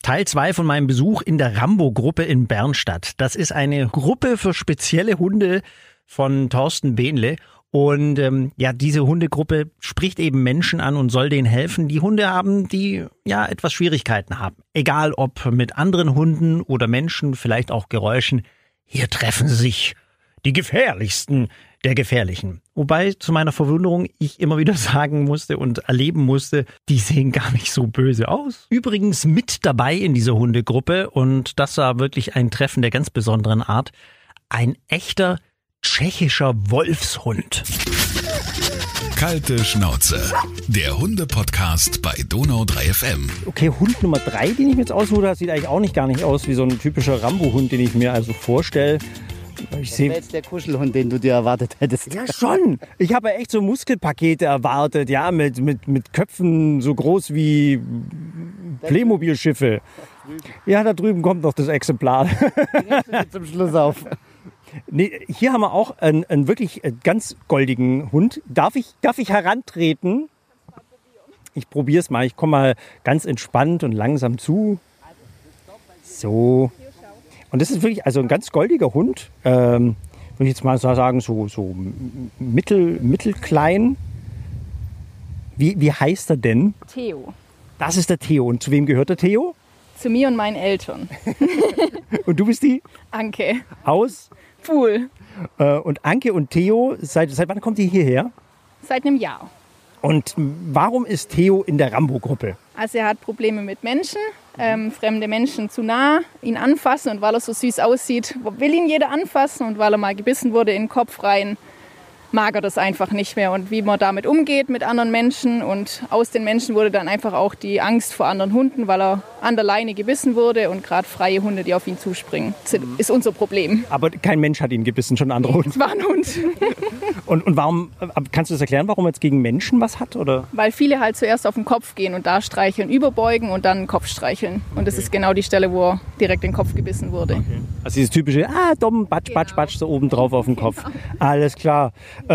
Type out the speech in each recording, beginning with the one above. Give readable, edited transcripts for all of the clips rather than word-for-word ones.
Teil 2 von meinem Besuch in der Rambo-Gruppe in Bernstadt. Das ist eine Gruppe für spezielle Hunde von Thorsten Behnle. Und diese Hundegruppe spricht eben Menschen an und soll denen helfen, die Hunde haben, die ja etwas Schwierigkeiten haben. Egal ob mit anderen Hunden oder Menschen, vielleicht auch Geräuschen. Hier treffen sich die gefährlichsten der Gefährlichen. Wobei zu meiner Verwunderung ich immer wieder sagen musste und erleben musste, die sehen gar nicht so böse aus. Übrigens mit dabei in dieser Hundegruppe, und das war wirklich ein Treffen der ganz besonderen Art, ein echter tschechischer Wolfshund. Kalte Schnauze, der Hunde-Podcast bei Donau 3 FM. Okay, Hund Nummer 3, den ich mir jetzt aussuche, das sieht eigentlich gar nicht aus wie so ein typischer Rambo-Hund, den ich mir also vorstelle. Das wäre jetzt der Kuschelhund, den du dir erwartet hättest. Ja, schon. Ich habe echt so Muskelpakete erwartet, ja, mit Köpfen so groß wie Playmobil-Schiffe. Ja, da drüben kommt noch das Exemplar. Zum Schluss auf. Nee, hier haben wir auch einen wirklich ganz goldigen Hund. Darf ich herantreten? Ich probiere es mal. Ich komme mal ganz entspannt und langsam zu. So. Und das ist wirklich also ein ganz goldiger Hund. Würde ich jetzt mal sagen, so mittelklein. Wie heißt er denn? Theo. Das ist der Theo. Und zu wem gehört der Theo? Zu mir und meinen Eltern. Und du bist die? Anke. Aus? Pool. Und Anke und Theo, seit wann kommt ihr hierher? Seit einem Jahr. Und warum ist Theo in der Rambo-Gruppe? Also er hat Probleme mit Menschen, fremde Menschen zu nah, ihn anfassen, und weil er so süß aussieht, will ihn jeder anfassen, und weil er mal gebissen wurde in den Kopf rein, mag er das einfach nicht mehr. Und wie man damit umgeht mit anderen Menschen, und aus den Menschen wurde dann einfach auch die Angst vor anderen Hunden, weil er an der Leine gebissen wurde, und gerade freie Hunde, die auf ihn zuspringen, ist unser Problem. Aber kein Mensch hat ihn gebissen, schon ein anderer Hund. Es war ein Hund. Und warum, kannst du das erklären, warum er jetzt gegen Menschen was hat? Oder? Weil viele halt zuerst auf den Kopf gehen und da streicheln, überbeugen und dann den Kopf streicheln. Und das ist genau die Stelle, wo er direkt in den Kopf gebissen wurde. Okay. Also dieses typische, dumm, batsch, batsch, batsch, so oben drauf auf den Kopf. Alles klar.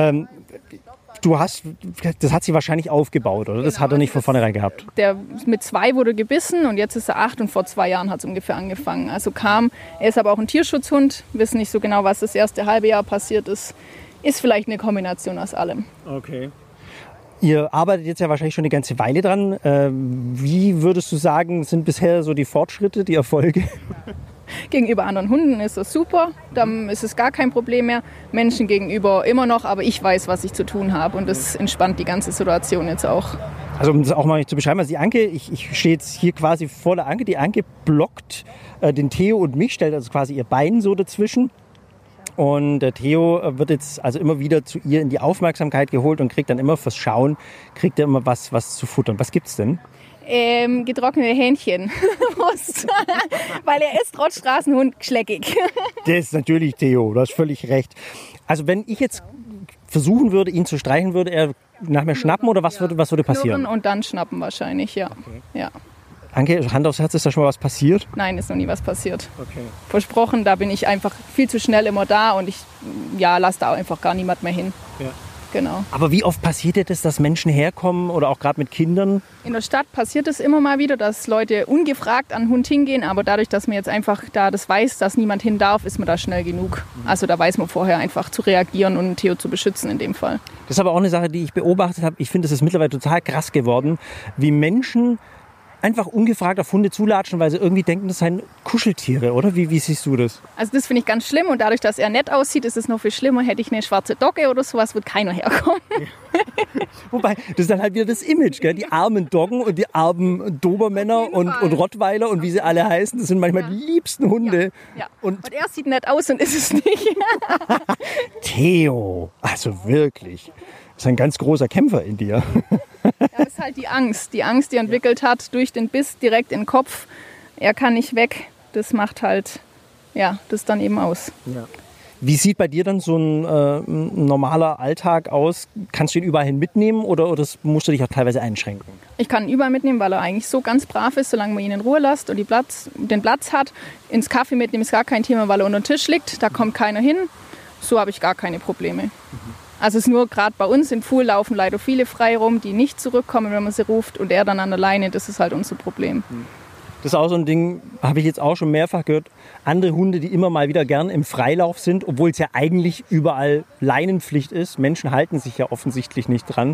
Das hat sie wahrscheinlich aufgebaut, oder? Das hat er nicht von vornherein gehabt. Der mit 2 wurde gebissen und jetzt ist er 8 und vor 2 Jahren hat es ungefähr angefangen. Also er ist aber auch ein Tierschutzhund, wissen nicht so genau, was das erste halbe Jahr passiert ist. Ist vielleicht eine Kombination aus allem. Okay. Ihr arbeitet jetzt ja wahrscheinlich schon eine ganze Weile dran. Wie würdest du sagen, sind bisher so die Fortschritte, die Erfolge? Gegenüber anderen Hunden ist das super, dann ist es gar kein Problem mehr. Menschen gegenüber immer noch, aber ich weiß, was ich zu tun habe, und das entspannt die ganze Situation jetzt auch. Also um das auch mal zu beschreiben, also die Anke, ich stehe jetzt hier quasi vor der Anke. Die Anke blockt den Theo und mich, stellt also quasi ihr Bein so dazwischen. Und der Theo wird jetzt also immer wieder zu ihr in die Aufmerksamkeit geholt und kriegt dann immer fürs Schauen, kriegt er immer was zu futtern. Was gibt's denn? Getrocknete Hähnchen. Weil er ist trotz Straßenhund schleckig. Das ist natürlich Theo, du hast völlig recht. Also wenn ich jetzt versuchen würde, ihn zu streichen, würde er nach mir schnappen, oder was würde passieren? Knurren und dann schnappen wahrscheinlich, ja. Okay. Ja. Anke, Hand aufs Herz, ist da schon mal was passiert? Nein, ist noch nie was passiert. Okay. Versprochen, da bin ich einfach viel zu schnell immer da, und ich lasse da einfach gar niemand mehr hin. Ja. Genau. Aber wie oft passiert das, dass Menschen herkommen oder auch gerade mit Kindern? In der Stadt passiert es immer mal wieder, dass Leute ungefragt an den Hund hingehen. Aber dadurch, dass man jetzt einfach da das weiß, dass niemand hin darf, ist man da schnell genug. Also da weiß man vorher einfach zu reagieren und Theo zu beschützen in dem Fall. Das ist aber auch eine Sache, die ich beobachtet habe. Ich finde, es ist mittlerweile total krass geworden, wie Menschen einfach ungefragt auf Hunde zulatschen, weil sie irgendwie denken, das seien Kuscheltiere, oder? Wie siehst du das? Also das finde ich ganz schlimm, und dadurch, dass er nett aussieht, ist es noch viel schlimmer. Hätte ich eine schwarze Dogge oder sowas, wird keiner herkommen. Ja. Wobei, das ist dann halt wieder das Image, gell? Die armen Doggen und die armen Dobermänner und Rottweiler und wie sie alle heißen, das sind manchmal die liebsten Hunde. Ja. Und er sieht nett aus und ist es nicht. Theo, also wirklich. Das ist ein ganz großer Kämpfer in dir. Ja, das ist halt die Angst, die er entwickelt hat durch den Biss direkt in den Kopf. Er kann nicht weg. Das macht halt, das dann eben aus. Ja. Wie sieht bei dir dann so ein normaler Alltag aus? Kannst du ihn überall hin mitnehmen, oder das musst du dich auch teilweise einschränken? Ich kann ihn überall mitnehmen, weil er eigentlich so ganz brav ist, solange man ihn in Ruhe lässt und den Platz hat. Ins Kaffee mitnehmen ist gar kein Thema, weil er unter dem Tisch liegt. Da kommt keiner hin. So habe ich gar keine Probleme. Also es ist nur gerade bei uns im Pool laufen leider viele frei rum, die nicht zurückkommen, wenn man sie ruft, und er dann an der Leine, das ist halt unser Problem. Das ist auch so ein Ding, habe ich jetzt auch schon mehrfach gehört. Andere Hunde, die immer mal wieder gern im Freilauf sind, obwohl es ja eigentlich überall Leinenpflicht ist. Menschen halten sich ja offensichtlich nicht dran.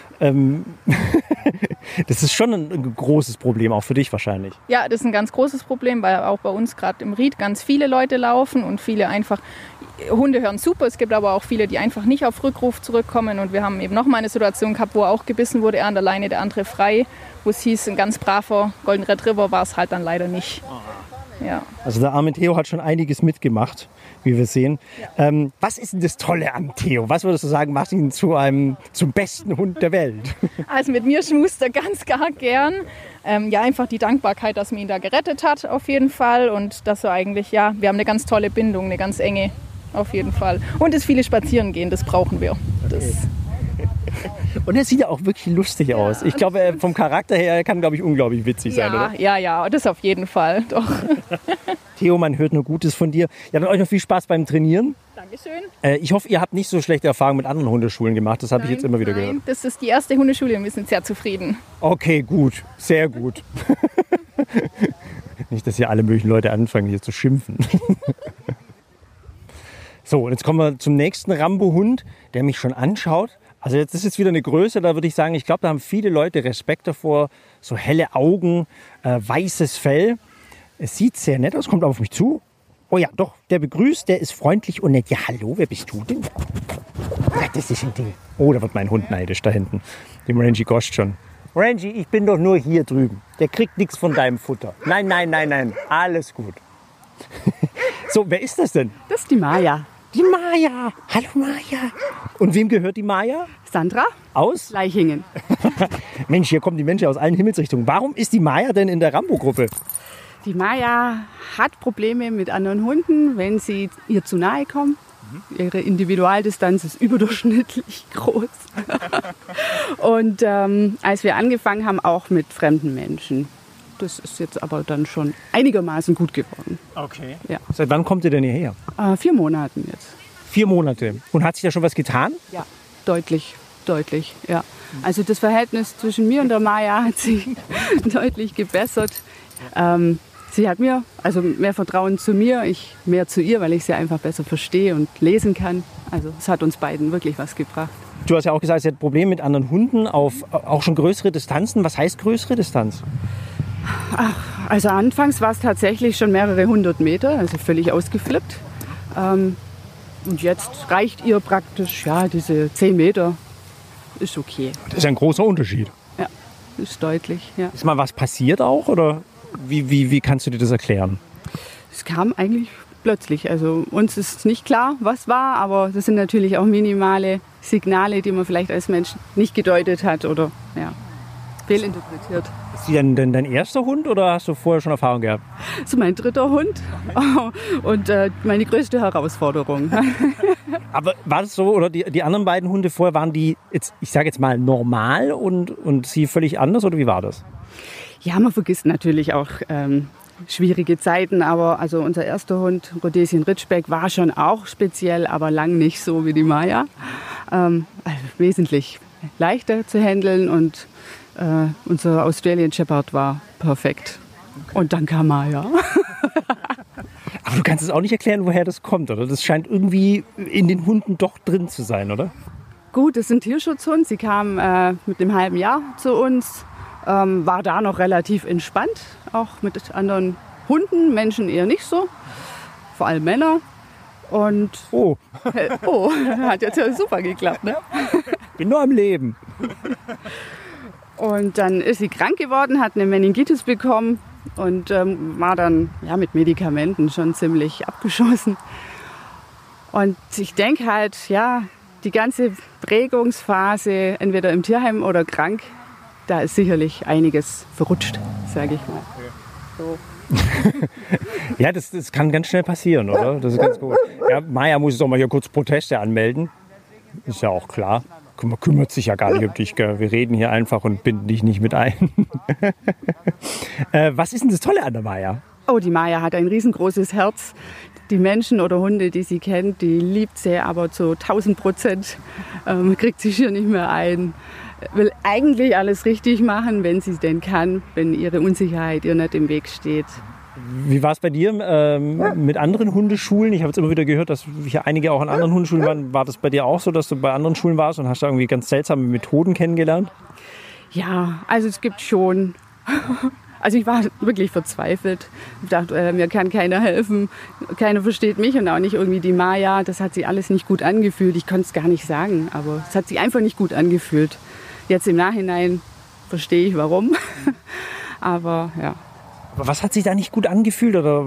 Das ist schon ein großes Problem, auch für dich wahrscheinlich. Ja, das ist ein ganz großes Problem, weil auch bei uns gerade im Ried ganz viele Leute laufen und viele einfach, Hunde hören super, es gibt aber auch viele, die einfach nicht auf Rückruf zurückkommen und wir haben eben noch mal eine Situation gehabt, wo auch gebissen wurde, er an der Leine, der andere frei, wo es hieß, ein ganz braver Golden Retriever war es halt dann leider nicht. Ja. Also der arme Theo hat schon einiges mitgemacht, wie wir sehen. Ja. Was ist denn das Tolle an Theo? Was würdest du sagen, macht ihn zum besten Hund der Welt? Also mit mir schmust er ganz gar gern. Ja, einfach die Dankbarkeit, dass man ihn da gerettet hat auf jeden Fall. Und dass er eigentlich, ja, wir haben eine ganz tolle Bindung, eine ganz enge auf jeden Fall. Und das viele spazieren gehen, das brauchen wir. Das Und er sieht ja auch wirklich lustig aus. Ich glaube, vom Charakter her er kann, glaube ich, unglaublich witzig sein, oder? Ja, das auf jeden Fall, doch. Theo, man hört nur Gutes von dir. Ja, dann euch noch viel Spaß beim Trainieren. Dankeschön. Ich hoffe, ihr habt nicht so schlechte Erfahrungen mit anderen Hundeschulen gemacht. Das habe ich jetzt immer wieder gehört. Das ist die erste Hundeschule und wir sind sehr zufrieden. Okay, gut. Sehr gut. Nicht, dass hier alle möglichen Leute anfangen, hier zu schimpfen. So, und jetzt kommen wir zum nächsten Rambo-Hund, der mich schon anschaut. Also jetzt ist jetzt wieder eine Größe, da würde ich sagen, ich glaube, da haben viele Leute Respekt davor. So helle Augen, weißes Fell. Es sieht sehr nett aus, kommt auf mich zu. Oh ja, doch, der begrüßt, der ist freundlich und nett. Ja, hallo, wer bist du denn? Ja, das ist ein Ding. Oh, da wird mein Hund neidisch da hinten. Dem Rangy goscht schon. Rangy, ich bin doch nur hier drüben. Der kriegt nichts von deinem Futter. Nein, alles gut. So, wer ist das denn? Das ist die Maja. Die Maja. Hallo Maja. Und wem gehört die Maja? Sandra aus Leichingen. Mensch, hier kommen die Menschen aus allen Himmelsrichtungen. Warum ist die Maja denn in der Rambo-Gruppe? Die Maja hat Probleme mit anderen Hunden, wenn sie ihr zu nahe kommen. Ihre Individualdistanz ist überdurchschnittlich groß. Und als wir angefangen haben, auch mit fremden Menschen. Das ist jetzt aber dann schon einigermaßen gut geworden. Okay. Ja. Seit wann kommt ihr denn hierher? 4 Monaten jetzt. 4 Monate. Und hat sich da schon was getan? Ja, deutlich, ja. Also das Verhältnis zwischen mir und der Maja hat sich deutlich gebessert. Sie hat mir, also mehr Vertrauen zu mir, ich mehr zu ihr, weil ich sie einfach besser verstehe und lesen kann. Also es hat uns beiden wirklich was gebracht. Du hast ja auch gesagt, sie hat Probleme mit anderen Hunden auf auch schon größere Distanzen. Was heißt größere Distanz? Ach, also anfangs war es tatsächlich schon mehrere 100 Meter, also völlig ausgeflippt. Und jetzt reicht ihr praktisch, ja, diese 10 Meter ist okay. Das ist ein großer Unterschied. Ja, ist deutlich, ja. Ist mal was passiert auch oder wie kannst du dir das erklären? Es kam eigentlich plötzlich. Also uns ist nicht klar, was war, aber das sind natürlich auch minimale Signale, die man vielleicht als Mensch nicht gedeutet hat oder ja, fehlinterpretiert. Ist sie denn dein erster Hund oder hast du vorher schon Erfahrung gehabt? Das ist mein 3. Hund und meine größte Herausforderung. Aber war das so, oder die anderen beiden Hunde vorher, waren die, jetzt, ich sage jetzt mal, normal und sie völlig anders oder wie war das? Ja, man vergisst natürlich auch schwierige Zeiten, aber also unser erster Hund, Rhodesian Ridgeback, war schon auch speziell, aber lang nicht so wie die Maja. Also wesentlich leichter zu handeln und unser Australian Shepherd war perfekt. Und dann kam Maja. Aber du kannst es auch nicht erklären, woher das kommt, oder? Das scheint irgendwie in den Hunden doch drin zu sein, oder? Gut, das ist ein Tierschutzhund. Sie kam mit einem halben Jahr zu uns, war da noch relativ entspannt, auch mit anderen Hunden, Menschen eher nicht so, vor allem Männer. Und oh, hat jetzt ja super geklappt, ne? Bin nur am Leben. Und dann ist sie krank geworden, hat eine Meningitis bekommen und war dann ja, mit Medikamenten schon ziemlich abgeschossen. Und ich denke halt, ja, die ganze Prägungsphase, entweder im Tierheim oder krank, da ist sicherlich einiges verrutscht, sage ich mal. So. Ja, das kann ganz schnell passieren, oder? Das ist ganz gut. Ja, Maja muss jetzt auch mal hier kurz Proteste anmelden. Ist ja auch klar. Man kümmert sich ja gar nicht um dich. Gell? Wir reden hier einfach und binden dich nicht mit ein. Was ist denn das Tolle an der Maja? Oh, die Maja hat ein riesengroßes Herz. Die Menschen oder Hunde, die sie kennt, die liebt sie aber zu 1000%. Kriegt sie hier nicht mehr ein. will eigentlich alles richtig machen, wenn sie es denn kann, wenn ihre Unsicherheit ihr nicht im Weg steht. Wie war es bei dir mit anderen Hundeschulen? Ich habe jetzt immer wieder gehört, dass hier einige auch an anderen Hundeschulen waren. War das bei dir auch so, dass du bei anderen Schulen warst und hast da irgendwie ganz seltsame Methoden kennengelernt? Ja, also es gibt schon. Also ich war wirklich verzweifelt. Ich dachte, mir kann keiner helfen, keiner versteht mich und auch nicht irgendwie die Maja. Das hat sich alles nicht gut angefühlt. Ich konnte es gar nicht sagen, aber es hat sich einfach nicht gut angefühlt. Jetzt im Nachhinein verstehe ich, warum. Aber ja. Aber was hat sich da nicht gut angefühlt? Oder,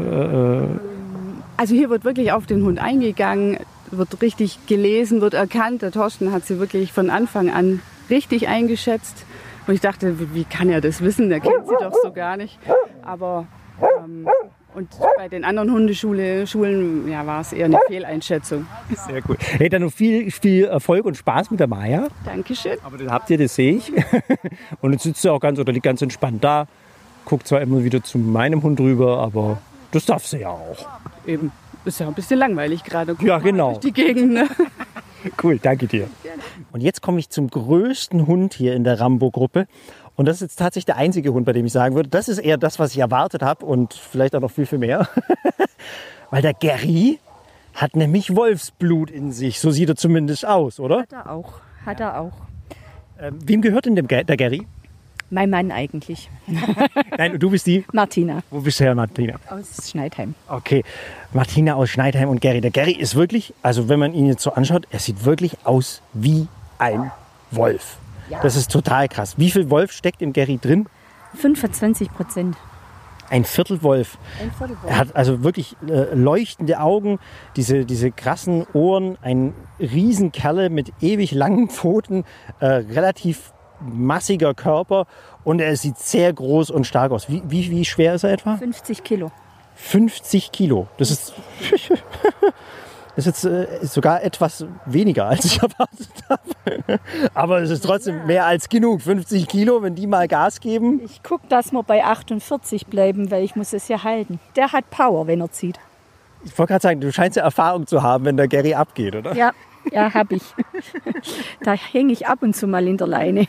Also hier wird wirklich auf den Hund eingegangen, wird richtig gelesen, wird erkannt. Der Thorsten hat sie wirklich von Anfang an richtig eingeschätzt. Und ich dachte, wie kann er das wissen? Der kennt sie doch so gar nicht. Aber und bei den anderen Hundeschulen war es eher eine Fehleinschätzung. Sehr gut. Hey, dann noch viel Erfolg und Spaß mit der Maja. Dankeschön. Aber das habt ihr, das sehe ich. Und jetzt sitzt du auch liegt ganz entspannt da. Guckt zwar immer wieder zu meinem Hund rüber, aber das darf sie ja auch. Eben, ist ja ein bisschen langweilig gerade. Ja, genau. Durch die Gegend, ne? Cool, danke dir. Und jetzt komme ich zum größten Hund hier in der Rambo-Gruppe. Und das ist jetzt tatsächlich der einzige Hund, bei dem ich sagen würde, das ist eher das, was ich erwartet habe und vielleicht auch noch viel, viel mehr. Weil der Gary hat nämlich Wolfsblut in sich. So sieht er zumindest aus, oder? Hat er auch. Wem gehört denn der Gary? Mein Mann eigentlich. Nein, du bist die? Martina. Wo bist du her, Martina? Aus Schneidheim. Okay, Martina aus Schneidheim und Gary. Der Gary ist wirklich, also wenn man ihn jetzt so anschaut, er sieht wirklich aus wie ein Wolf. Ja. Das ist total krass. Wie viel Wolf steckt im Gary drin? 25%. Ein Viertel Wolf. Er hat also wirklich leuchtende Augen, diese krassen Ohren, ein Riesenkerle mit ewig langen Pfoten, relativ massiger Körper und er sieht sehr groß und stark aus. Wie schwer ist er etwa? 50 Kilo. 50 Kilo. Das ist jetzt sogar etwas weniger, als ich erwartet habe. Aber es ist trotzdem mehr als genug. 50 Kilo, wenn die mal Gas geben. Ich gucke, dass wir bei 48 bleiben, weil ich muss es ja halten. Der hat Power, wenn er zieht. Ich wollte gerade sagen, du scheinst ja Erfahrung zu haben, wenn der Gary abgeht, oder? Ja, habe ich. Da hänge ich ab und zu mal in der Leine.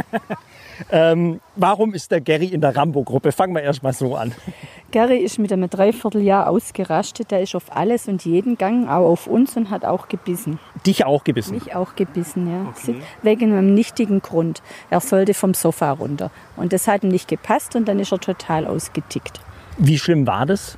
Warum ist der Gary in der Rambo-Gruppe? Fangen wir erst mal so an. Gary ist mit einem Dreivierteljahr ausgerastet. Der ist auf alles und jeden Gang, auch auf uns und hat auch gebissen. Dich auch gebissen? Mich auch gebissen, ja. Okay. Wegen einem nichtigen Grund. Er sollte vom Sofa runter. Und das hat ihm nicht gepasst und dann ist er total ausgetickt. Wie schlimm war das?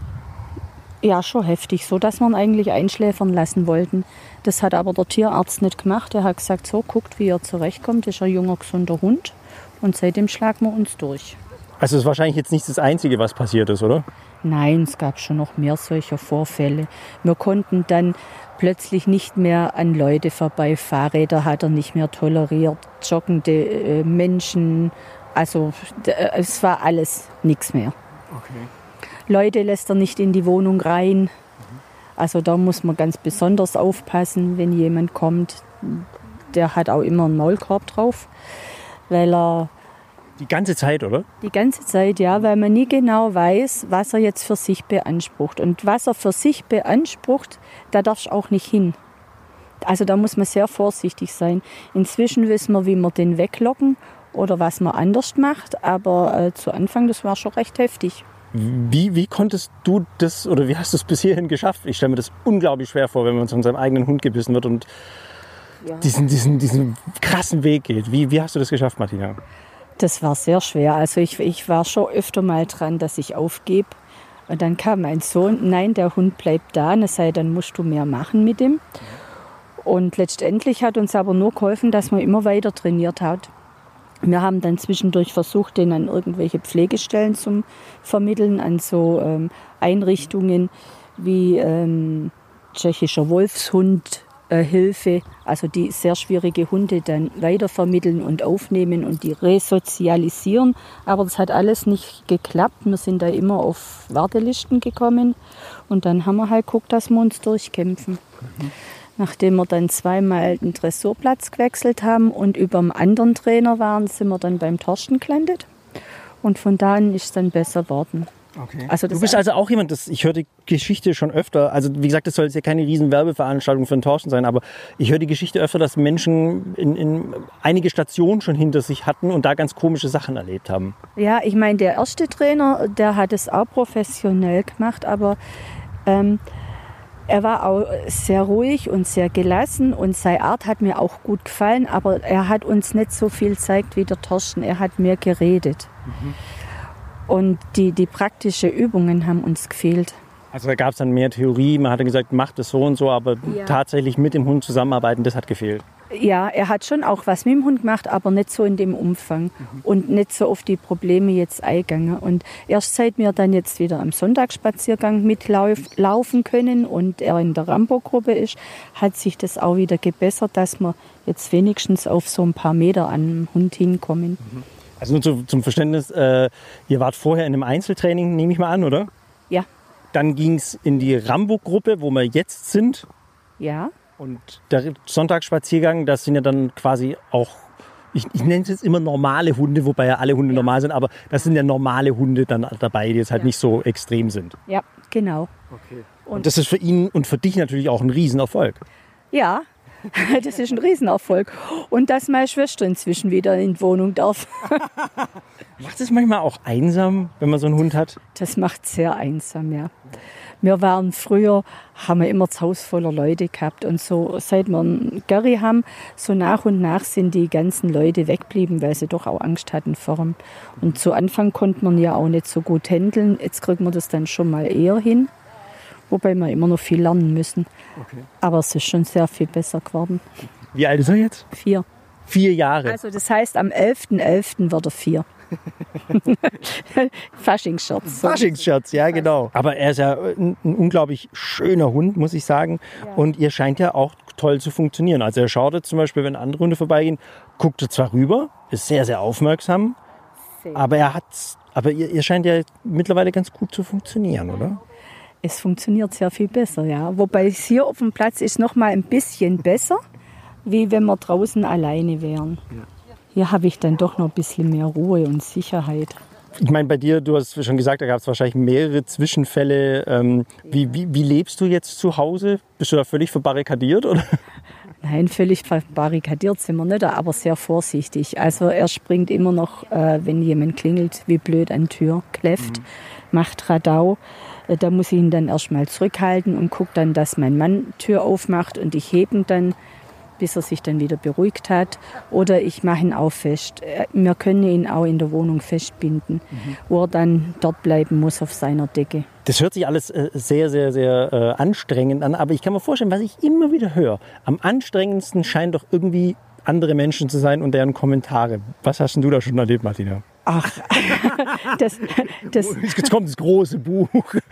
Ja, schon heftig, so dass wir ihn eigentlich einschläfern lassen wollten. Das hat aber der Tierarzt nicht gemacht. Er hat gesagt, so, guckt, wie er zurechtkommt. Das ist ein junger, gesunder Hund. Und seitdem schlagen wir uns durch. Also es ist wahrscheinlich jetzt nicht das Einzige, was passiert ist, oder? Nein, es gab schon noch mehr solcher Vorfälle. Wir konnten dann plötzlich nicht mehr an Leute vorbei. Fahrräder hat er nicht mehr toleriert, joggende Menschen. Also es war alles nichts mehr. Okay. Leute lässt er nicht in die Wohnung rein. Also da muss man ganz besonders aufpassen, wenn jemand kommt. Der hat auch immer einen Maulkorb drauf, weil er... Die ganze Zeit, oder? Die ganze Zeit, ja, weil man nie genau weiß, was er jetzt für sich beansprucht. Und was er für sich beansprucht, da darfst du auch nicht hin. Also da muss man sehr vorsichtig sein. Inzwischen wissen wir, wie wir den weglocken oder was man anders macht. Aber zu Anfang, das war schon recht heftig. Wie konntest du das oder wie hast du es bis hierhin geschafft? Ich stelle mir das unglaublich schwer vor, wenn man von seinem eigenen Hund gebissen wird und diesen krassen Weg geht. Wie hast du das geschafft, Martina? Das war sehr schwer. Also ich war schon öfter mal dran, dass ich aufgebe. Und dann kam mein Sohn, nein, der Hund bleibt da. Und er sei, dann musst du mehr machen mit ihm. Und letztendlich hat uns aber nur geholfen, dass man immer weiter trainiert hat. Wir haben dann zwischendurch versucht, den an irgendwelche Pflegestellen zu vermitteln, an so Einrichtungen wie tschechischer Wolfshund, Hilfe, also die sehr schwierige Hunde dann weitervermitteln und aufnehmen und die resozialisieren. Aber das hat alles nicht geklappt. Wir sind da immer auf Wartelisten gekommen und dann haben wir halt geguckt, dass wir uns durchkämpfen. Nachdem wir dann zweimal den Dressurplatz gewechselt haben und über einem anderen Trainer waren, sind wir dann beim Thorsten gelandet. Und von da an ist es dann besser geworden. Okay. Also Du bist also auch jemand, ich höre die Geschichte schon öfter, also wie gesagt, das soll jetzt ja keine riesen Werbeveranstaltung für den Thorsten sein, aber ich höre die Geschichte öfter, dass Menschen in einige Stationen schon hinter sich hatten und da ganz komische Sachen erlebt haben. Ja, ich meine, der erste Trainer, der hat es auch professionell gemacht, aber er war auch sehr ruhig und sehr gelassen und seine Art hat mir auch gut gefallen, aber er hat uns nicht so viel gezeigt wie der Thorsten, er hat mehr geredet. Und die praktischen Übungen haben uns gefehlt. Also da gab es dann mehr Theorie, man hatte gesagt, macht es so und so, aber tatsächlich mit dem Hund zusammenarbeiten, das hat gefehlt. Ja, er hat schon auch was mit dem Hund gemacht, aber nicht so in dem Umfang und nicht so auf die Probleme jetzt eingegangen. Und erst seit wir dann jetzt wieder am Sonntagsspaziergang mitlaufen können und er in der Rambo-Gruppe ist, hat sich das auch wieder gebessert, dass wir jetzt wenigstens auf so ein paar Meter an den Hund hinkommen. Also nur zum Verständnis, ihr wart vorher in einem Einzeltraining, nehme ich mal an, oder? Ja. Dann ging es in die Rambo-Gruppe, wo wir jetzt sind. Ja. Und der Sonntagsspaziergang, das sind ja dann quasi auch, ich nenne es jetzt immer normale Hunde, wobei ja alle Hunde normal sind, aber das sind ja normale Hunde dann dabei, die jetzt halt nicht so extrem sind. Ja, genau. Okay. Und das ist für ihn und für dich natürlich auch ein Riesenerfolg. Ja, das ist ein Riesenerfolg. Und dass meine Schwester inzwischen wieder in die Wohnung darf. Macht es manchmal auch einsam, wenn man so einen Hund hat? Das macht sehr einsam, ja. Wir waren früher, haben wir immer das Haus voller Leute gehabt und so, seit wir einen Gary haben, so nach und nach sind die ganzen Leute weggeblieben, weil sie doch auch Angst hatten vor ihm. Und zu Anfang konnte man ja auch nicht so gut handeln, jetzt kriegt man das dann schon mal eher hin, wobei wir immer noch viel lernen müssen. Okay. Aber es ist schon sehr viel besser geworden. Wie alt ist er jetzt? 4. 4 Jahre. Also das heißt, am 11.11. wird er 4. Faschingsscherz. Faschingsscherz, ja genau. Aber er ist ja ein unglaublich schöner Hund, muss ich sagen. Ja. Und ihr scheint ja auch toll zu funktionieren. Also er schaut jetzt zum Beispiel, wenn andere Hunde vorbeigehen, guckt er zwar rüber, ist sehr, sehr aufmerksam, aber ihr scheint ja mittlerweile ganz gut zu funktionieren, oder? Es funktioniert sehr viel besser, ja. Wobei es hier auf dem Platz ist noch mal ein bisschen besser, wie wenn wir draußen alleine wären. Ja. Hier habe ich dann doch noch ein bisschen mehr Ruhe und Sicherheit. Ich meine, bei dir, du hast schon gesagt, da gab es wahrscheinlich mehrere Zwischenfälle. Wie lebst du jetzt zu Hause? Bist du da völlig verbarrikadiert, oder? Nein, völlig verbarrikadiert sind wir nicht, aber sehr vorsichtig. Also er springt immer noch, wenn jemand klingelt, wie blöd an die Tür, kläfft, macht Radau. Da muss ich ihn dann erstmal zurückhalten und gucke dann, dass mein Mann die Tür aufmacht und ich hebe ihn dann, bis er sich dann wieder beruhigt hat. Oder ich mache ihn auch fest. Wir können ihn auch in der Wohnung festbinden, wo er dann dort bleiben muss auf seiner Decke. Das hört sich alles sehr, sehr, sehr anstrengend an. Aber ich kann mir vorstellen, was ich immer wieder höre, am anstrengendsten scheint doch irgendwie andere Menschen zu sein und deren Kommentare. Was hast denn du da schon erlebt, Martina? Ach, jetzt kommt das große Buch.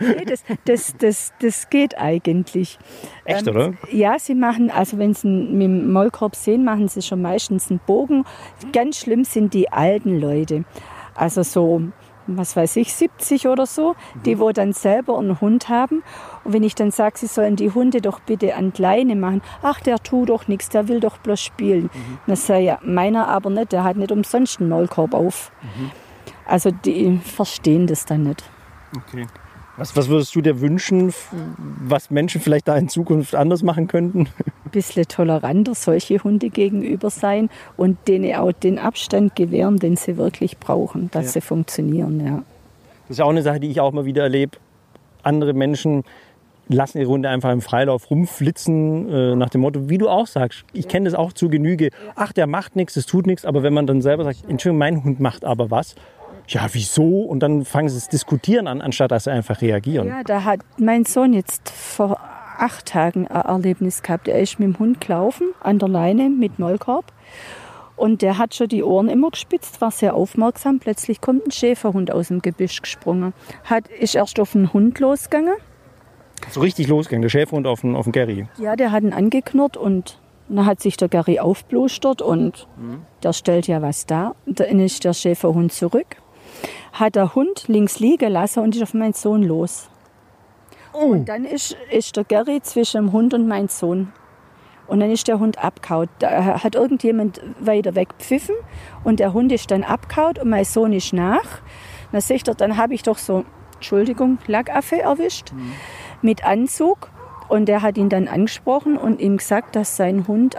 Das geht eigentlich. Echt, oder? Ja, sie machen, also wenn sie mit dem Maulkorb sehen, machen sie schon meistens einen Bogen. Ganz schlimm sind die alten Leute. Also so, was weiß ich, 70 oder so, die wo dann selber einen Hund haben. Und wenn ich dann sage, sie sollen die Hunde doch bitte an die Leine machen, ach, der tut doch nichts, der will doch bloß spielen. Dann sage ich, ja, meiner aber nicht, der hat nicht umsonst einen Maulkorb auf. Also die verstehen das dann nicht. Okay. Was würdest du dir wünschen, was Menschen vielleicht da in Zukunft anders machen könnten? Ein bisschen toleranter solche Hunde gegenüber sein und denen auch den Abstand gewähren, den sie wirklich brauchen, dass sie funktionieren. Ja. Das ist auch eine Sache, die ich auch mal wieder erlebe. Andere Menschen lassen ihre Hunde einfach im Freilauf rumflitzen, nach dem Motto, wie du auch sagst. Ich kenne das auch zu Genüge. Ach, der macht nichts, das tut nichts. Aber wenn man dann selber sagt, Entschuldigung, mein Hund macht aber was. Ja, wieso? Und dann fangen sie das Diskutieren an, anstatt dass sie einfach reagieren. Ja, da hat mein Sohn jetzt vor 8 Tagen ein Erlebnis gehabt. Er ist mit dem Hund gelaufen, an der Leine mit Maulkorb. Und der hat schon die Ohren immer gespitzt, war sehr aufmerksam. Plötzlich kommt ein Schäferhund aus dem Gebüsch gesprungen. Ist erst auf den Hund losgegangen. So richtig losgegangen, der Schäferhund auf den Gary? Ja, der hat ihn angeknurrt und dann hat sich der Gary aufblustert und der stellt ja was dar. Dann ist der Schäferhund zurück, hat der Hund links liegen lassen und ist auf meinen Sohn los. Oh. Und dann ist der Gary zwischen dem Hund und meinem Sohn. Und dann ist der Hund abgehauen. Da hat irgendjemand weiter weg gepfiffen und der Hund ist dann abgehauen und mein Sohn ist nach. Dann sagt er, dann habe ich doch so Lackaffe erwischt mit Anzug. Und der hat ihn dann angesprochen und ihm gesagt, dass sein Hund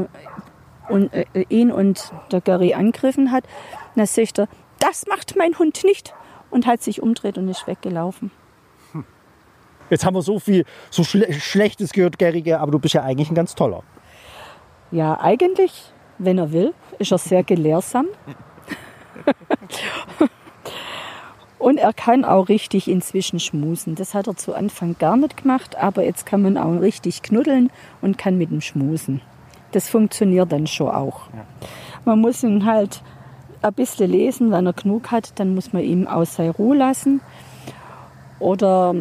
ihn und der Gary angegriffen hat. Und dann sagt er, das macht mein Hund nicht. Und hat sich umgedreht und ist weggelaufen. Jetzt haben wir so viel Schlechtes gehört, Gary, aber du bist ja eigentlich ein ganz toller. Ja, eigentlich, wenn er will, ist er sehr gelehrsam. Und er kann auch richtig inzwischen schmusen. Das hat er zu Anfang gar nicht gemacht, aber jetzt kann man auch richtig knuddeln und kann mit ihm schmusen. Das funktioniert dann schon auch. Ja. Man muss ihn halt ein bisschen lesen, wenn er genug hat, dann muss man ihm auch seine Ruhe lassen. Oder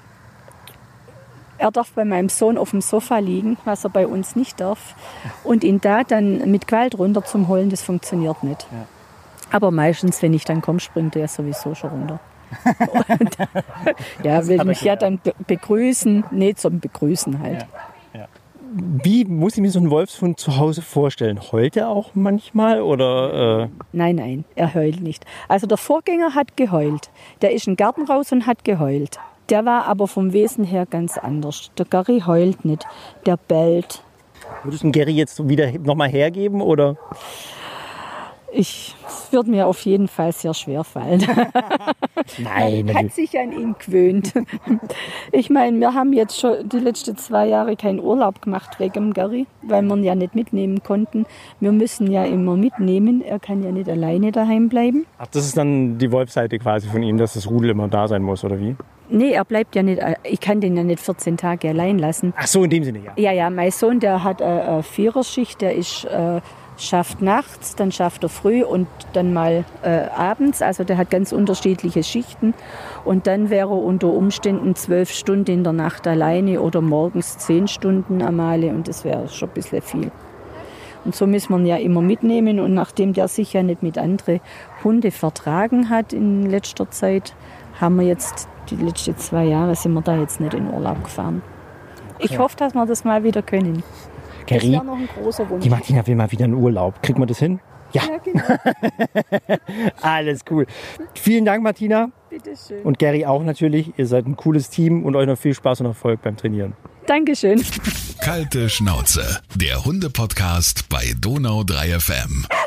er darf bei meinem Sohn auf dem Sofa liegen, was er bei uns nicht darf. Und ihn da dann mit Gewalt runter zum Holen, das funktioniert nicht. Ja. Aber meistens, wenn ich dann komme, springt er sowieso schon runter. Und, ja, will mich ja dann begrüßen. Nee, zum Begrüßen halt. Ja. Ja. Wie muss ich mir so einen Wolfshund zu Hause vorstellen? Heult er auch manchmal? Oder, Nein, er heult nicht. Also der Vorgänger hat geheult. Der ist in den Garten raus und hat geheult. Der war aber vom Wesen her ganz anders. Der Gary heult nicht, der bellt. Würdest du den Gary jetzt wieder nochmal hergeben, oder? Es wird mir auf jeden Fall sehr schwer fallen. Nein. Man hat sich an ihn gewöhnt. Ich meine, wir haben jetzt schon die letzten 2 Jahre keinen Urlaub gemacht wegen dem Gary, weil wir ihn ja nicht mitnehmen konnten. Wir müssen ja immer mitnehmen. Er kann ja nicht alleine daheim bleiben. Ach, das ist dann die Wolfseite quasi von ihm, dass das Rudel immer da sein muss, oder wie? Nee, er bleibt ja nicht, ich kann den ja nicht 14 Tage allein lassen. Ach so, in dem Sinne, ja. Ja, mein Sohn, der hat eine Viererschicht, der schafft nachts, dann schafft er früh und dann mal abends. Also der hat ganz unterschiedliche Schichten. Und dann wäre er unter Umständen 12 Stunden in der Nacht alleine oder morgens 10 Stunden am Male. Und das wäre schon ein bisschen viel. Und so müssen wir ihn ja immer mitnehmen. Und nachdem der sich ja nicht mit anderen Hunden vertragen hat in letzter Zeit, haben wir jetzt die letzten 2 Jahre sind wir da jetzt nicht in Urlaub gefahren. Okay. Ich hoffe, dass wir das mal wieder können. Gary, das wäre noch ein großer Wunsch. Die Martina will mal wieder in Urlaub. Kriegen wir das hin? Ja, genau. Alles cool. Vielen Dank, Martina. Bitteschön. Und Gary auch natürlich. Ihr seid ein cooles Team und euch noch viel Spaß und Erfolg beim Trainieren. Dankeschön. Kalte Schnauze, der Hunde-Podcast bei Donau 3 FM.